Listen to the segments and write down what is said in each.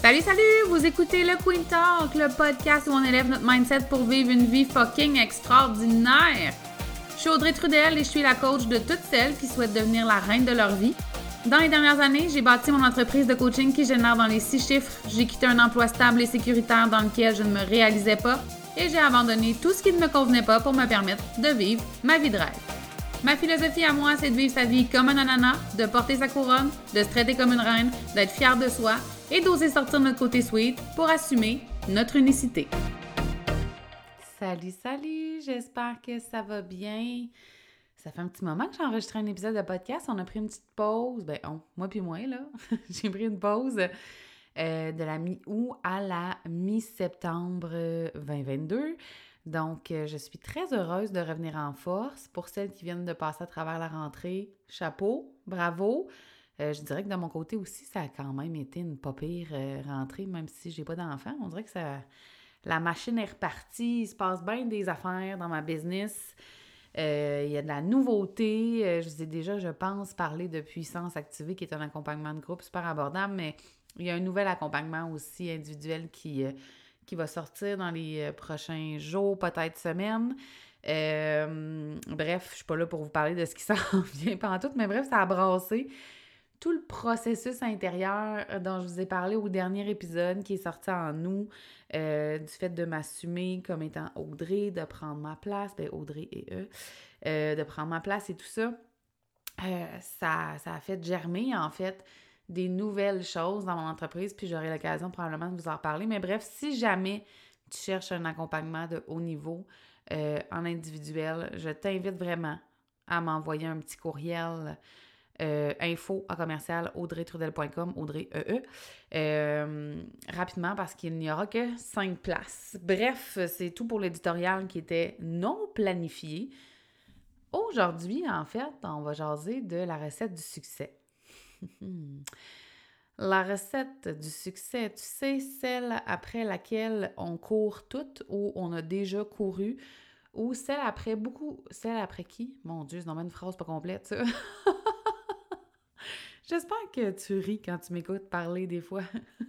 Salut, salut! Vous écoutez le Queen Talk, le podcast où on élève notre mindset pour vivre une vie fucking extraordinaire. Je suis Audrey Trudel et je suis la coach de toutes celles qui souhaitent devenir la reine de leur vie. Dans les dernières années, j'ai bâti mon entreprise de coaching qui génère dans les 6 chiffres. J'ai quitté un emploi stable et sécuritaire dans lequel je ne me réalisais pas et j'ai abandonné tout ce qui ne me convenait pas pour me permettre de vivre ma vie de rêve. Ma philosophie à moi, c'est de vivre sa vie comme un ananas, de porter sa couronne, de se traiter comme une reine, d'être fière de soi et d'oser sortir notre côté sweet pour assumer notre unicité. Salut, salut! J'espère que ça va bien. Ça fait un petit moment que j'ai enregistré un épisode de podcast. On a pris une petite pause. Moi puis moi, là. J'ai pris une pause de la mi-août à la mi-septembre 2022. Donc, je suis très heureuse de revenir en force. Pour celles qui viennent de passer à travers la rentrée, chapeau, bravo. Je dirais que de mon côté aussi, ça a quand même été une pas pire rentrée, même si j'ai pas d'enfant. On dirait que la machine est repartie. Il se passe bien des affaires dans ma business. Il y a de la nouveauté. Je vous ai déjà, je pense, parlé de Puissance Activée, qui est un accompagnement de groupe super abordable, mais il y a un nouvel accompagnement aussi individuel qui va sortir dans les prochains jours, peut-être semaines. Bref, je suis pas là pour vous parler de ce qui s'en vient pantoute, mais bref, ça a brassé tout le processus intérieur dont je vous ai parlé au dernier épisode qui est sorti en août, du fait de m'assumer comme étant Audrey, de prendre ma place, Audrey et de prendre ma place et tout ça. Ça a fait germer, en fait, des nouvelles choses dans mon entreprise, puis j'aurai l'occasion probablement de vous en reparler. Mais bref, si jamais tu cherches un accompagnement de haut niveau en individuel, je t'invite vraiment à m'envoyer un petit courriel info@audreytrudel.com, Audrey rapidement parce qu'il n'y aura que 5 places. Bref, c'est tout pour l'éditorial qui était non planifié. Aujourd'hui, en fait, on va jaser de la recette du succès. La recette du succès, tu sais, celle après laquelle on court toutes ou on a déjà couru, ou celle après beaucoup... Celle après qui? Mon Dieu, c'est vraiment une phrase pas complète, ça. J'espère que tu ris quand tu m'écoutes parler des fois.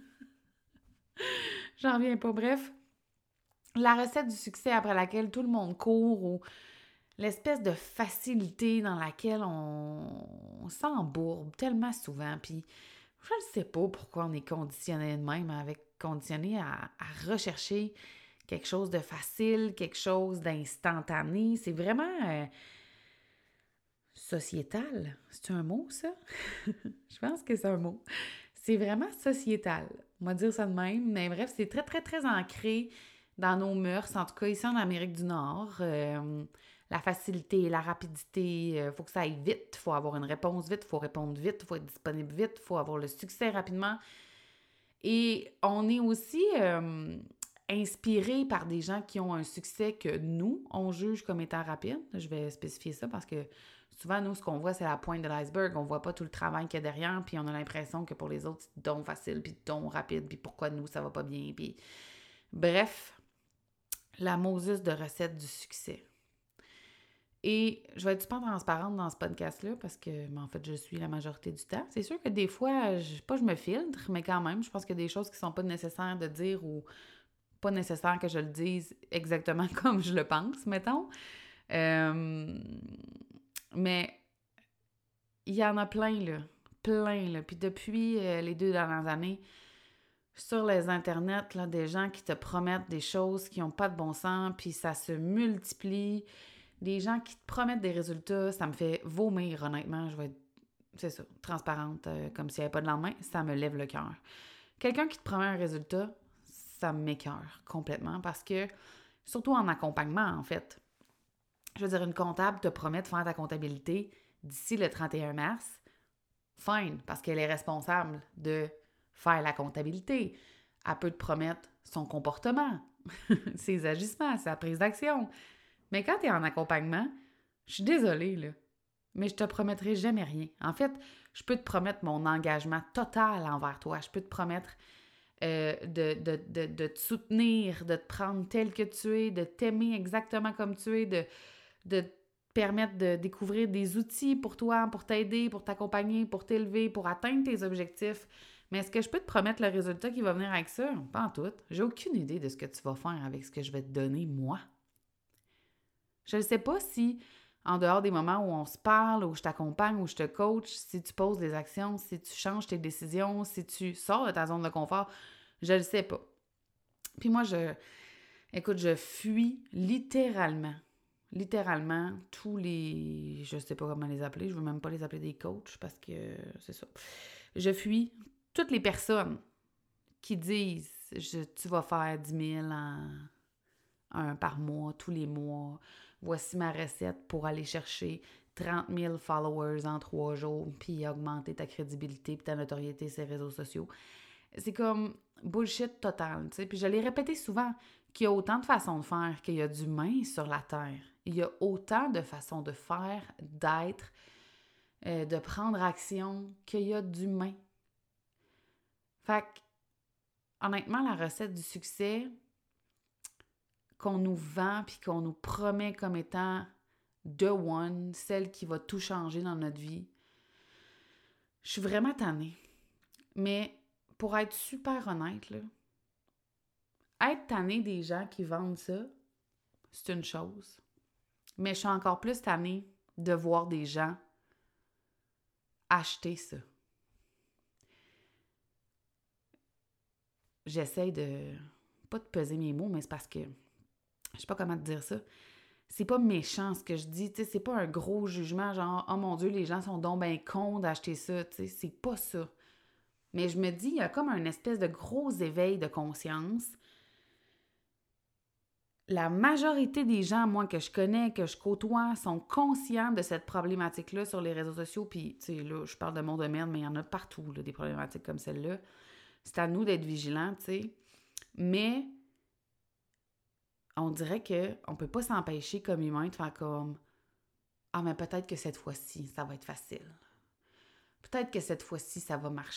J'en reviens pas. Bref, la recette du succès après laquelle tout le monde court ou l'espèce de facilité dans laquelle on s'embourbe tellement souvent. Puis je ne sais pas pourquoi on est conditionné de même, conditionné à rechercher quelque chose de facile, quelque chose d'instantané. C'est vraiment sociétal. C'est un mot, ça? Je pense que c'est un mot. C'est vraiment sociétal. On va dire ça de même. Mais bref, c'est très, très, très ancré dans nos mœurs, en tout cas ici en Amérique du Nord. La facilité, la rapidité, il faut que ça aille vite, il faut avoir une réponse vite, il faut répondre vite, il faut être disponible vite, il faut avoir le succès rapidement. Et on est aussi inspiré par des gens qui ont un succès que nous, on juge comme étant rapide. Je vais spécifier ça parce que souvent, nous, ce qu'on voit, c'est la pointe de l'iceberg. On voit pas tout le travail qu'il y a derrière, puis on a l'impression que pour les autres, c'est donc facile, puis donc rapide, puis pourquoi nous, ça va pas bien, puis... Bref, la Moses de recette du succès. Et je vais être super transparente dans ce podcast-là parce que, en fait, je suis la majorité du temps. C'est sûr que des fois, je me filtre, mais quand même, je pense qu'il y a des choses qui sont pas nécessaires de dire ou pas nécessaire que je le dise exactement comme je le pense, mettons. Mais il y en a plein, là. Plein, là. Puis depuis les 2 dernières années, sur les internets, là, des gens qui te promettent des choses qui n'ont pas de bon sens, puis ça se multiplie. Des gens qui te promettent des résultats, ça me fait vomir, honnêtement. Je vais être, c'est ça, transparente, comme s'il n'y avait pas de lendemain. Ça me lève le cœur. Quelqu'un qui te promet un résultat, ça m'écoeure complètement parce que, surtout en accompagnement, en fait, je veux dire, une comptable te promet de faire ta comptabilité d'ici le 31 mars. Fine, parce qu'elle est responsable de faire la comptabilité. Elle peut te promettre son comportement, ses agissements, sa prise d'action. Mais quand tu es en accompagnement, je suis désolée, là, mais je te promettrai jamais rien. En fait, je peux te promettre mon engagement total envers toi. Je peux te promettre de te soutenir, de te prendre tel que tu es, de t'aimer exactement comme tu es, de te permettre de découvrir des outils pour toi, pour t'aider, pour t'accompagner, pour t'élever, pour atteindre tes objectifs. Mais est-ce que je peux te promettre le résultat qui va venir avec ça? Pas en tout. J'ai aucune idée de ce que tu vas faire avec ce que je vais te donner, moi. Je ne sais pas si, en dehors des moments où on se parle, où je t'accompagne, où je te coach, si tu poses des actions, si tu changes tes décisions, si tu sors de ta zone de confort, je ne le sais pas. Puis moi, je fuis littéralement tous les, je sais pas comment les appeler, je veux même pas les appeler des coachs parce que c'est ça. Je fuis toutes les personnes qui disent tu vas faire 10 000 par mois, tous les mois. Voici ma recette pour aller chercher 30 000 followers en 3 jours, puis augmenter ta crédibilité et ta notoriété sur les réseaux sociaux. C'est comme bullshit total, tu sais. Puis je l'ai répété souvent qu'il y a autant de façons de faire qu'il y a d'humains sur la Terre. Il y a autant de façons de faire, d'être, de prendre action qu'il y a d'humains. Fait que, honnêtement, la recette du succès qu'on nous vend puis qu'on nous promet comme étant the one, celle qui va tout changer dans notre vie, je suis vraiment tannée. Mais pour être super honnête, là, être tannée des gens qui vendent ça, c'est une chose. Mais je suis encore plus tannée de voir des gens acheter ça. J'essaie de pas de peser mes mots, mais c'est parce que je sais pas comment te dire ça. C'est pas méchant ce que je dis, tu sais, c'est pas un gros jugement genre « Oh mon Dieu, les gens sont donc ben cons d'acheter ça », tu sais, c'est pas ça. Mais je me dis, il y a comme un espèce de gros éveil de conscience. La majorité des gens, moi, que je connais, que je côtoie, sont conscients de cette problématique-là sur les réseaux sociaux. Puis, tu sais, là, je parle de mon domaine, mais il y en a partout, là, des problématiques comme celle-là. C'est à nous d'être vigilants, tu sais. Mais on dirait qu'on ne peut pas s'empêcher comme humain de faire comme « Ah, mais peut-être que cette fois-ci, ça va être facile. Peut-être que cette fois-ci, ça va marcher. »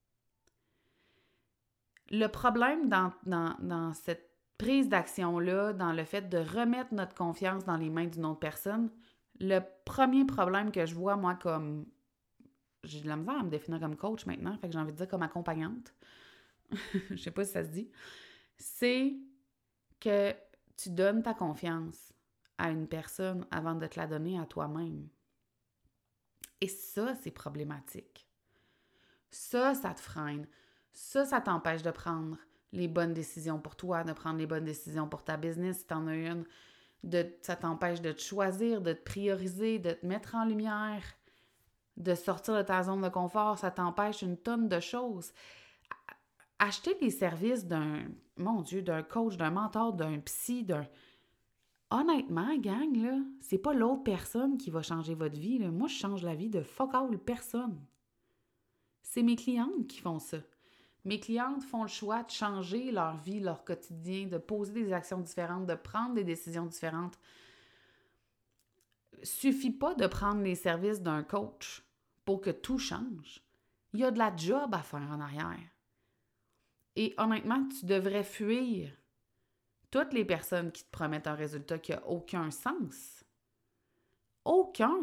Le problème dans cette prise d'action-là, dans le fait de remettre notre confiance dans les mains d'une autre personne, le premier problème que je vois, moi, comme... J'ai de la misère à me définir comme coach maintenant, fait que j'ai envie de dire comme accompagnante. Je sais pas si ça se dit. C'est que tu donnes ta confiance à une personne avant de te la donner à toi-même. Et ça, c'est problématique. Ça te freine. Ça t'empêche de prendre les bonnes décisions pour toi, de prendre les bonnes décisions pour ta business si t'en as une. Ça t'empêche de te choisir, de te prioriser, de te mettre en lumière, de sortir de ta zone de confort. Ça t'empêche une tonne de choses. Acheter les services d'un coach, d'un mentor, d'un psy, Honnêtement, gang, là, c'est pas l'autre personne qui va changer votre vie. Là. Moi, je change la vie de fuck all personne. C'est mes clientes qui font ça. Mes clientes font le choix de changer leur vie, leur quotidien, de poser des actions différentes, de prendre des décisions différentes. Suffit pas de prendre les services d'un coach pour que tout change. Il y a de la job à faire en arrière. Et honnêtement, tu devrais fuir toutes les personnes qui te promettent un résultat qui n'a aucun sens. Aucun.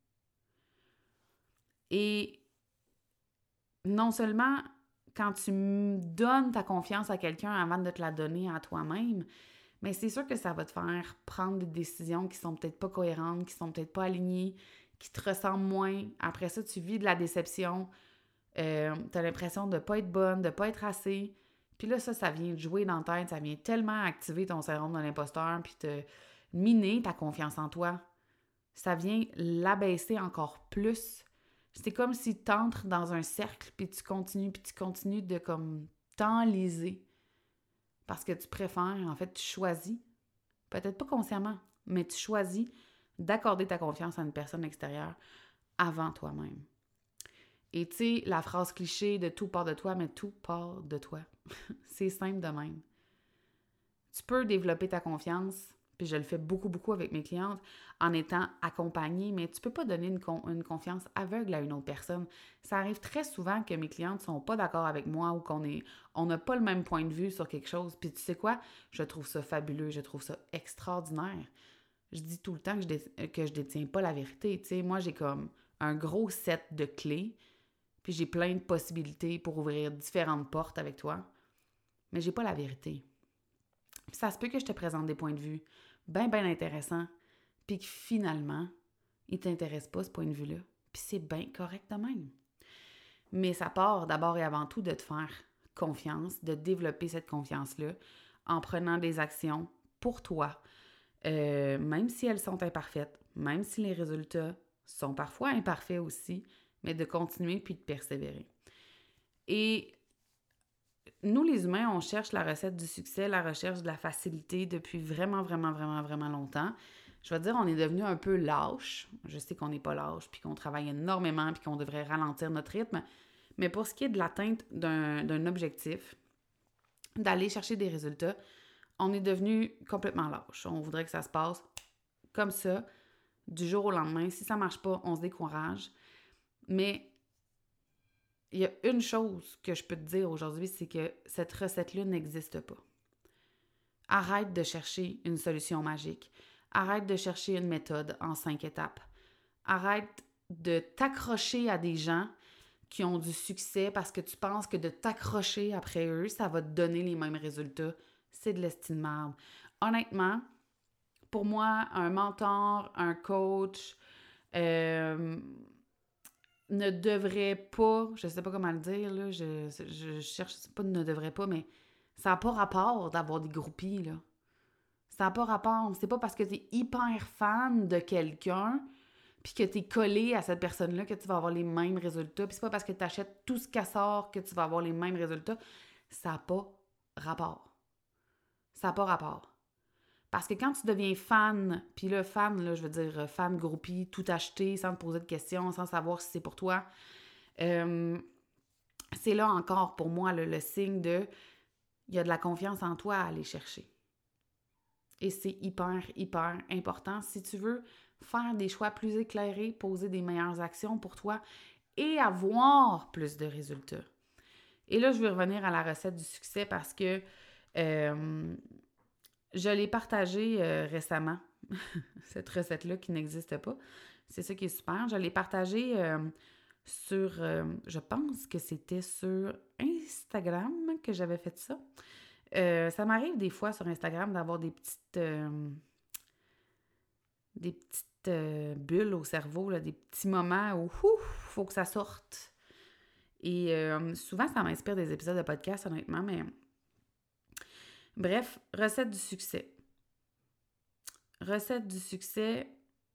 Et non seulement quand tu donnes ta confiance à quelqu'un avant de te la donner à toi-même, mais c'est sûr que ça va te faire prendre des décisions qui sont peut-être pas cohérentes, qui sont peut-être pas alignées, qui te ressemblent moins. Après ça, tu vis de la déception. Tu as l'impression de ne pas être bonne, de ne pas être assez. Puis là, ça vient te jouer dans ta tête, ça vient tellement activer ton syndrome de l'imposteur, puis te miner ta confiance en toi. Ça vient l'abaisser encore plus. C'est comme si tu entres dans un cercle, puis tu continues de comme t'enliser. Parce que tu préfères, en fait, tu choisis, peut-être pas consciemment, mais tu choisis d'accorder ta confiance à une personne extérieure avant toi-même. Et tu sais, la phrase cliché de « tout part de toi », mais tout part de toi. C'est simple de même. Tu peux développer ta confiance, puis je le fais beaucoup, beaucoup avec mes clientes, en étant accompagnée, mais tu peux pas donner une confiance aveugle à une autre personne. Ça arrive très souvent que mes clientes sont pas d'accord avec moi ou on n'a pas le même point de vue sur quelque chose. Puis tu sais quoi? Je trouve ça fabuleux, je trouve ça extraordinaire. Je dis tout le temps que je détiens pas la vérité. Tu sais, moi, j'ai comme un gros set de clés. puis j'ai plein de possibilités pour ouvrir différentes portes avec toi, mais j'ai pas la vérité. Puis ça se peut que je te présente des points de vue bien intéressants, puis que finalement, ils t'intéressent pas, ce point de vue-là. Puis c'est bien correct de même. Mais ça part d'abord et avant tout de te faire confiance, de développer cette confiance-là en prenant des actions pour toi, même si elles sont imparfaites, même si les résultats sont parfois imparfaits aussi, mais de continuer puis de persévérer. Et nous, les humains, on cherche la recette du succès, la recherche de la facilité depuis vraiment longtemps. Je vais te dire, on est devenu un peu lâche. Je sais qu'on n'est pas lâche, puis qu'on travaille énormément, puis qu'on devrait ralentir notre rythme. Mais pour ce qui est de l'atteinte d'un objectif, d'aller chercher des résultats, on est devenu complètement lâche. On voudrait que ça se passe comme ça, du jour au lendemain. Si ça ne marche pas, on se décourage. Mais il y a une chose que je peux te dire aujourd'hui, c'est que cette recette-là n'existe pas. Arrête de chercher une solution magique. Arrête de chercher une méthode en 5 étapes. Arrête de t'accrocher à des gens qui ont du succès parce que tu penses que de t'accrocher après eux, ça va te donner les mêmes résultats. C'est de l'estime de merde. Honnêtement, pour moi, un mentor, un coach ne devrait pas, je sais pas comment le dire, là, je cherche, c'est pas ne devrait pas, mais ça n'a pas rapport d'avoir des groupies, là. Ça n'a pas rapport. C'est pas parce que tu es hyper fan de quelqu'un puis que tu es collé à cette personne-là que tu vas avoir les mêmes résultats. Puis c'est pas parce que tu achètes tout ce qu'elle sort que tu vas avoir les mêmes résultats. Ça n'a pas rapport. Ça n'a pas rapport. Parce que quand tu deviens fan, puis là, fan, là, je veux dire fan groupie, tout acheter sans te poser de questions, sans savoir si c'est pour toi, c'est là encore pour moi le signe de il y a de la confiance en toi à aller chercher. Et c'est hyper important si tu veux faire des choix plus éclairés, poser des meilleures actions pour toi et avoir plus de résultats. Et là, je vais revenir à la recette du succès parce que je l'ai partagée récemment, cette recette-là qui n'existe pas. C'est ça qui est super. Je l'ai partagée sur, je pense que c'était sur Instagram que j'avais fait ça. Ça m'arrive des fois sur Instagram d'avoir des petites bulles au cerveau, là, des petits moments où il faut que ça sorte. Et souvent, ça m'inspire des épisodes de podcast, honnêtement, mais bref, recette du succès. Recette du succès,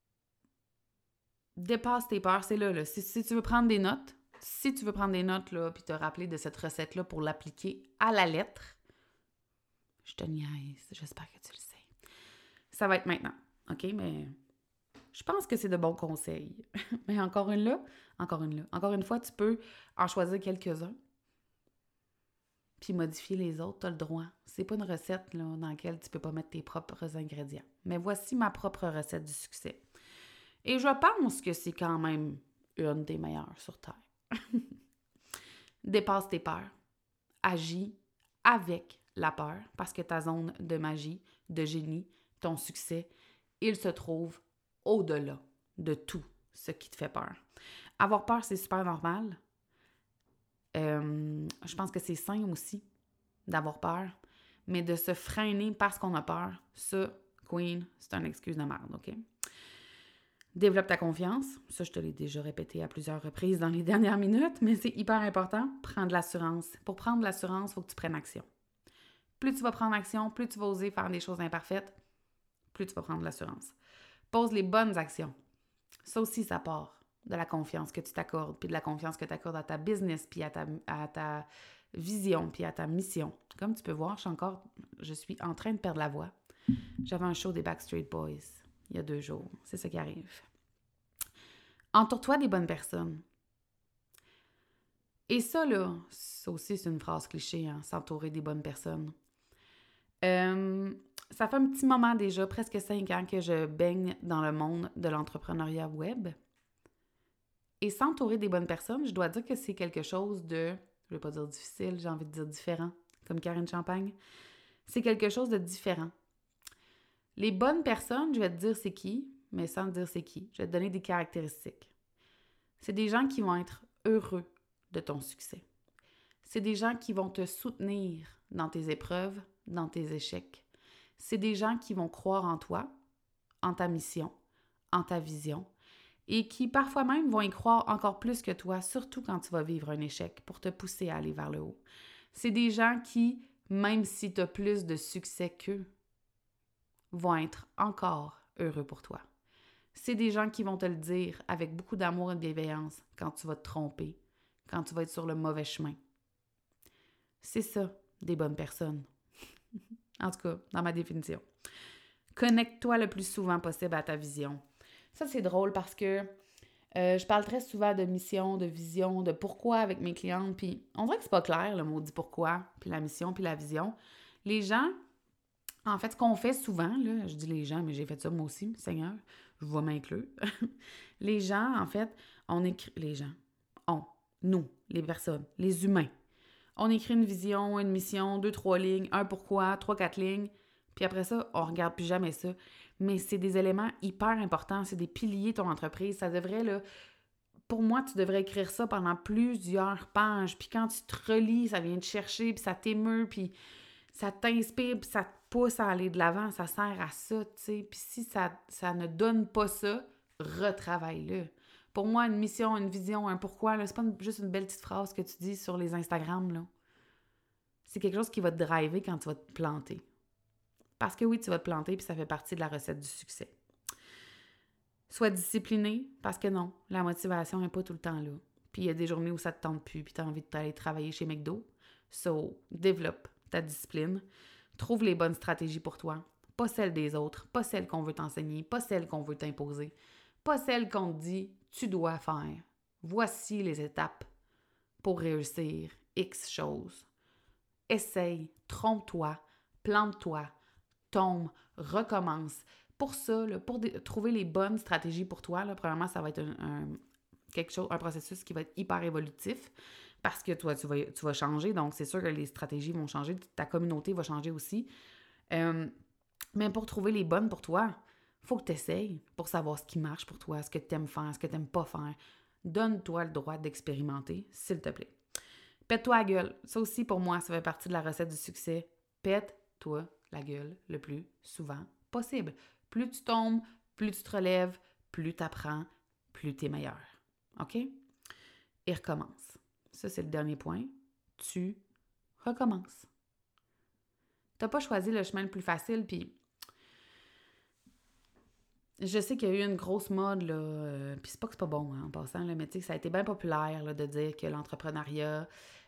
dépasse tes peurs, c'est là. Si tu veux prendre des notes, là, puis te rappeler de cette recette-là pour l'appliquer à la lettre, je te niaise, j'espère que tu le sais. Ça va être maintenant, OK? Mais je pense que c'est de bons conseils. Mais encore une fois, tu peux en choisir quelques-uns puis modifier les autres, tu as le droit. C'est pas une recette là, dans laquelle tu peux pas mettre tes propres ingrédients. Mais voici ma propre recette du succès. Et je pense que c'est quand même une des meilleures sur Terre. Dépasse tes peurs. Agis avec la peur, parce que ta zone de magie, de génie, ton succès, il se trouve au-delà de tout ce qui te fait peur. Avoir peur, c'est super normal. Je pense que c'est sain aussi d'avoir peur, mais de se freiner parce qu'on a peur, ça, Queen, c'est une excuse de merde, OK? Développe ta confiance. Ça, je te l'ai déjà répété à plusieurs reprises dans les dernières minutes, mais c'est hyper important. Prends de l'assurance. Pour prendre de l'assurance, il faut que tu prennes action. Plus tu vas prendre action, plus tu vas oser faire des choses imparfaites, plus tu vas prendre de l'assurance. Pose les bonnes actions. Ça aussi, ça part de la confiance que tu t'accordes, puis de la confiance que tu accordes à ta business, puis à ta vision, puis à ta mission. Comme tu peux voir, je suis en train de perdre la voix. J'avais un show des Backstreet Boys il y a 2 jours. C'est ça qui arrive. Entoure-toi des bonnes personnes. Et ça, là, ça aussi, c'est une phrase cliché, hein, s'entourer des bonnes personnes. Ça fait un petit moment déjà, presque 5 ans que je baigne dans le monde de l'entrepreneuriat web. Et s'entourer des bonnes personnes, je dois dire que c'est quelque chose de, je vais pas dire difficile, j'ai envie de dire différent, comme Karine Champagne. C'est quelque chose de différent. Les bonnes personnes, je vais te dire c'est qui, mais sans te dire c'est qui. Je vais te donner des caractéristiques. C'est des gens qui vont être heureux de ton succès. C'est des gens qui vont te soutenir dans tes épreuves, dans tes échecs. C'est des gens qui vont croire en toi, en ta mission, en ta vision, et qui parfois même vont y croire encore plus que toi, surtout quand tu vas vivre un échec, pour te pousser à aller vers le haut. C'est des gens qui, même si tu as plus de succès qu'eux, vont être encore heureux pour toi. C'est des gens qui vont te le dire avec beaucoup d'amour et de bienveillance quand tu vas te tromper, quand tu vas être sur le mauvais chemin. C'est ça, des bonnes personnes. En tout cas, dans ma définition. Connecte-toi le plus souvent possible à ta vision. Ça, c'est drôle parce que je parle très souvent de mission, de vision, de pourquoi avec mes clientes, puis on dirait que c'est pas clair le mot dit pourquoi, puis la mission, puis la vision. Les gens, en fait, ce qu'on fait souvent, là, je dis les gens, mais j'ai fait ça moi aussi, Seigneur, je vais m'inclure. Les gens, en fait, on écrit... Les gens, nous, les personnes, les humains. On écrit une vision, une mission, 2-3 lignes, un pourquoi, 3-4 lignes, puis après ça, on regarde plus jamais ça. Mais c'est des éléments hyper importants, c'est des piliers de ton entreprise. Ça devrait, là, pour moi, tu devrais écrire ça pendant plusieurs pages. Puis quand tu te relis, ça vient te chercher, puis ça t'émeut, puis ça t'inspire, puis ça te pousse à aller de l'avant. Ça sert à ça, tu sais. Puis si ça ne donne pas ça, retravaille-le. Pour moi, une mission, une vision, un pourquoi, là, c'est pas juste une belle petite phrase que tu dis sur les Instagram, là. C'est quelque chose qui va te driver quand tu vas te planter. Parce que oui, tu vas te planter, puis ça fait partie de la recette du succès. Sois discipliné, parce que non, la motivation n'est pas tout le temps là. Puis il y a des journées où ça te tente plus, puis tu as envie d'aller travailler chez McDo. So, développe ta discipline. Trouve les bonnes stratégies pour toi. Pas celles des autres, pas celles qu'on veut t'enseigner, pas celles qu'on veut t'imposer, pas celles qu'on te dit « tu dois faire ». Voici les étapes pour réussir X choses. Essaye, trompe-toi, plante-toi, tombe, recommence. Pour ça, là, pour trouver les bonnes stratégies pour toi, là, premièrement, ça va être un processus qui va être hyper évolutif parce que toi, tu vas changer. Donc, c'est sûr que les stratégies vont changer. Ta communauté va changer aussi. Mais pour trouver les bonnes pour toi, il faut que tu essayes pour savoir ce qui marche pour toi, ce que tu aimes faire, ce que tu n'aimes pas faire. Donne-toi le droit d'expérimenter, s'il te plaît. Pète-toi la gueule. Ça aussi, pour moi, ça fait partie de la recette du succès. Pète-toi la gueule le plus souvent possible. Plus tu tombes, plus tu te relèves, plus tu apprends, plus tu es meilleur. OK? Et recommence. Ça, c'est le dernier point. Tu recommences. Tu n'as pas choisi le chemin le plus facile, puis je sais qu'il y a eu une grosse mode, là, puis c'est pas que c'est pas bon, hein, en passant, là, mais tu sais, ça a été bien populaire là, de dire que l'entrepreneuriat,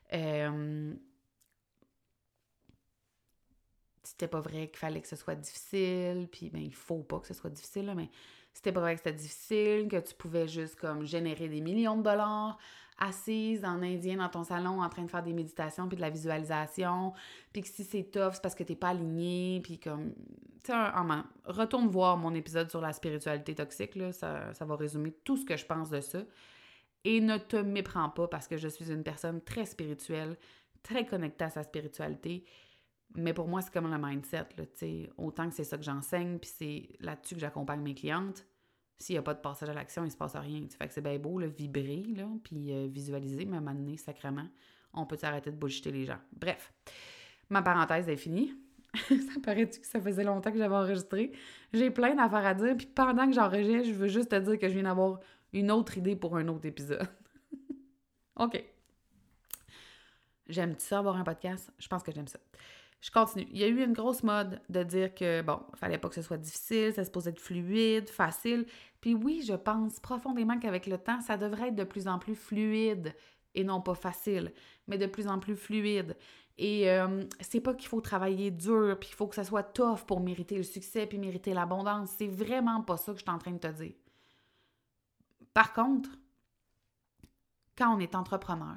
c'était pas vrai qu'il fallait que ce soit difficile, puis ben il faut pas que ce soit difficile, là, mais c'était pas vrai que c'était difficile, que tu pouvais juste comme générer des millions de dollars assise en indien dans ton salon en train de faire des méditations puis de la visualisation, puis que si c'est tough, c'est parce que t'es pas aligné, puis comme... Tu sais, retourne voir mon épisode sur la spiritualité toxique, là, ça va résumer tout ce que je pense de ça. Et ne te méprends pas parce que je suis une personne très spirituelle, très connectée à sa spiritualité. Mais pour moi, c'est comme le mindset, là, tu sais, autant que c'est ça que j'enseigne, puis c'est là-dessus que j'accompagne mes clientes. S'il n'y a pas de passage à l'action, il ne se passe rien. Fait que c'est bien beau, là, vibrer, là, puis visualiser, mais à un moment donné, sacrément, on peut s'arrêter de bullshiter les gens. Bref, ma parenthèse est finie. Ça paraît-tu que ça faisait longtemps que j'avais enregistré? J'ai plein d'affaires à dire, puis pendant que j'enregistre, je veux juste te dire que je viens d'avoir une autre idée pour un autre épisode. OK. J'aime-tu ça avoir un podcast? Je pense que j'aime ça. Je continue. Il y a eu une grosse mode de dire que, bon, il fallait pas que ce soit difficile, ça se posait être fluide, facile. Puis oui, je pense profondément qu'avec le temps, ça devrait être de plus en plus fluide et non pas facile, mais de plus en plus fluide. Et c'est pas qu'il faut travailler dur, puis qu'il faut que ça soit tough pour mériter le succès puis mériter l'abondance. C'est vraiment pas ça que je suis en train de te dire. Par contre, quand on est entrepreneur,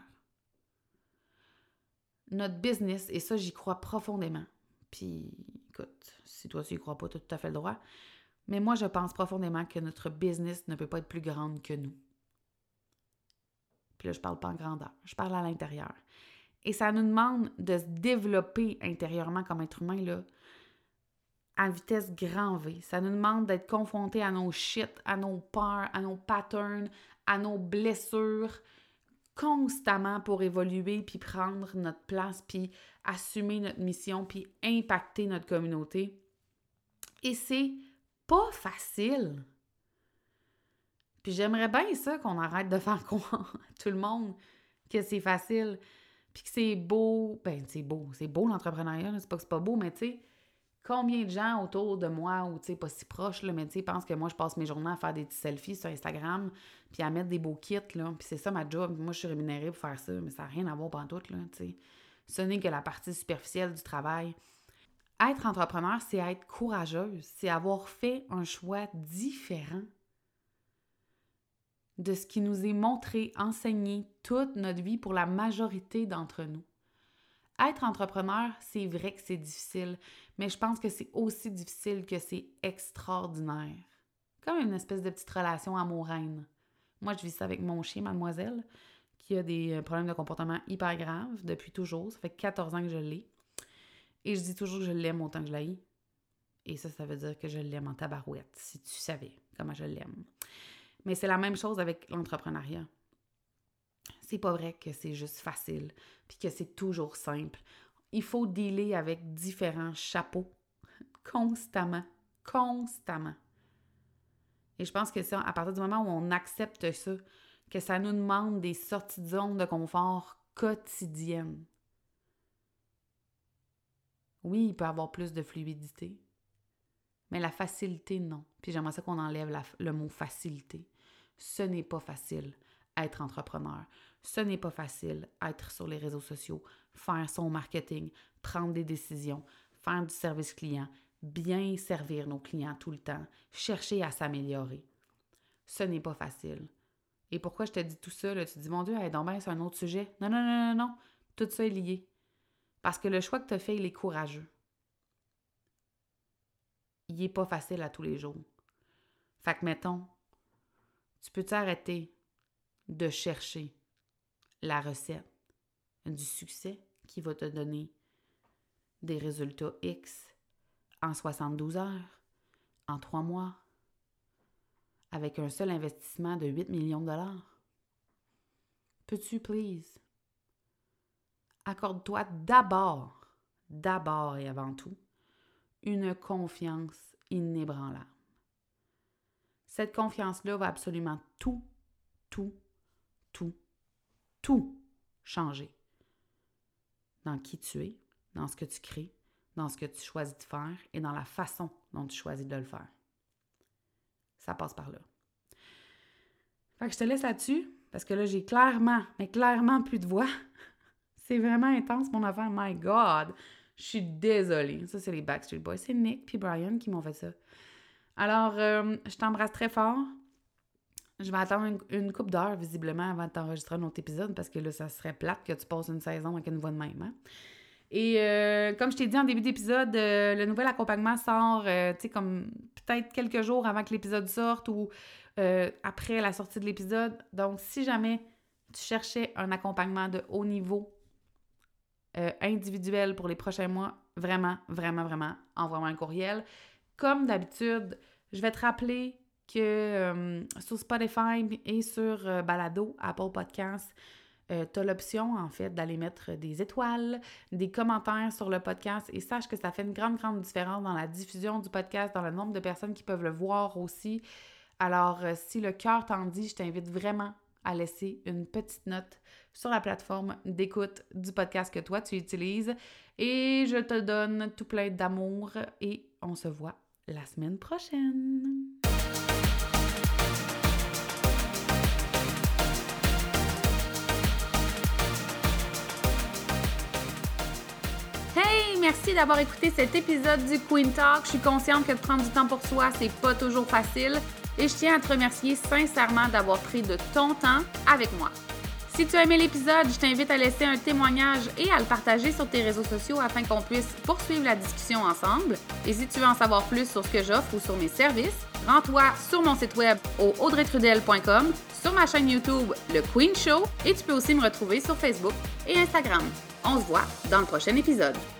notre business, et ça, j'y crois profondément. Puis, écoute, si toi, tu y crois pas, tu as tout à fait le droit. Mais moi, je pense profondément que notre business ne peut pas être plus grande que nous. Puis là, je parle pas en grandeur, je parle à l'intérieur. Et ça nous demande de se développer intérieurement comme être humain, là, à vitesse grand V. Ça nous demande d'être confrontés à nos shit, à nos peurs, à nos patterns, à nos blessures constamment pour évoluer, puis prendre notre place, puis assumer notre mission, puis impacter notre communauté. Et c'est pas facile. Puis j'aimerais bien ça qu'on arrête de faire croire à tout le monde que c'est facile, puis que c'est beau. Ben, c'est beau l'entrepreneuriat, là. C'est pas que c'est pas beau, mais tu sais, combien de gens autour de moi, ou tu sais, pas si proches, là, mais tu sais, pensent que moi, je passe mes journées à faire des petits selfies sur Instagram, puis à mettre des beaux kits, là, puis c'est ça ma job. Moi, je suis rémunérée pour faire ça, mais ça n'a rien à voir pantoute, là, tu sais. Ce n'est que la partie superficielle du travail. Être entrepreneur, c'est être courageuse, c'est avoir fait un choix différent de ce qui nous est montré, enseigné toute notre vie pour la majorité d'entre nous. Être entrepreneur, c'est vrai que c'est difficile, mais je pense que c'est aussi difficile que c'est extraordinaire. Comme une espèce de petite relation amour-haine. Moi, je vis ça avec mon chien, Mademoiselle, qui a des problèmes de comportement hyper graves depuis toujours. Ça fait 14 ans que je l'ai. Et je dis toujours que je l'aime autant que je l'haïs. Et ça veut dire que je l'aime en tabarouette, si tu savais comment je l'aime. Mais c'est la même chose avec l'entrepreneuriat. C'est pas vrai que c'est juste facile, puis que c'est toujours simple. Il faut dealer avec différents chapeaux, constamment. Et je pense que c'est à partir du moment où on accepte ça, que ça nous demande des sorties de zone de confort quotidiennes. Oui, il peut y avoir plus de fluidité, mais la facilité, non. Puis j'aimerais ça qu'on enlève le mot facilité. Ce n'est pas facile être entrepreneur. Ce n'est pas facile être sur les réseaux sociaux, faire son marketing, prendre des décisions, faire du service client, bien servir nos clients tout le temps, chercher à s'améliorer. Ce n'est pas facile. Et pourquoi je te dis tout ça? Là, tu te dis, mon Dieu, donc ben, c'est un autre sujet. Non. Tout ça est lié. Parce que le choix que tu as fait, il est courageux. Il n'est pas facile à tous les jours. Fait que, mettons, tu peux t'arrêter de chercher la recette du succès qui va te donner des résultats X en 72 heures, en 3 mois, avec un seul investissement de 8 millions de dollars. Peux-tu, please? Accorde-toi d'abord et avant tout, une confiance inébranlable. Cette confiance-là va absolument tout changer. Dans qui tu es, dans ce que tu crées, dans ce que tu choisis de faire et dans la façon dont tu choisis de le faire. Ça passe par là. Fait que je te laisse là-dessus, parce que là, j'ai clairement plus de voix. C'est vraiment intense, mon affaire. My God! Je suis désolée. Ça, c'est les Backstreet Boys. C'est Nick et Brian qui m'ont fait ça. Alors, je t'embrasse très fort. Je vais attendre une couple d'heures, visiblement, avant de t'enregistrer un autre épisode, parce que là, ça serait plate que tu passes une saison avec une voix de même. Hein? Et comme je t'ai dit en début d'épisode, le nouvel accompagnement sort, tu sais, comme peut-être quelques jours avant que l'épisode sorte ou après la sortie de l'épisode. Donc, si jamais tu cherchais un accompagnement de haut niveau, individuel pour les prochains mois, vraiment, envoie-moi un courriel. Comme d'habitude, je vais te rappeler que sur Spotify et sur Balado, Apple Podcasts, tu as l'option, en fait, d'aller mettre des étoiles, des commentaires sur le podcast et sache que ça fait une grande différence dans la diffusion du podcast, dans le nombre de personnes qui peuvent le voir aussi. Alors, si le cœur t'en dit, je t'invite vraiment à laisser une petite note sur la plateforme d'écoute du podcast que toi, tu utilises. Et je te donne tout plein d'amour et on se voit la semaine prochaine. Hey, merci d'avoir écouté cet épisode du Queen Talk. Je suis consciente que de prendre du temps pour soi, c'est pas toujours facile. Et je tiens à te remercier sincèrement d'avoir pris de ton temps avec moi. Si tu as aimé l'épisode, je t'invite à laisser un témoignage et à le partager sur tes réseaux sociaux afin qu'on puisse poursuivre la discussion ensemble. Et si tu veux en savoir plus sur ce que j'offre ou sur mes services, rends-toi sur mon site web au audreytrudel.com, sur ma chaîne YouTube Le Queen Show et tu peux aussi me retrouver sur Facebook et Instagram. On se voit dans le prochain épisode.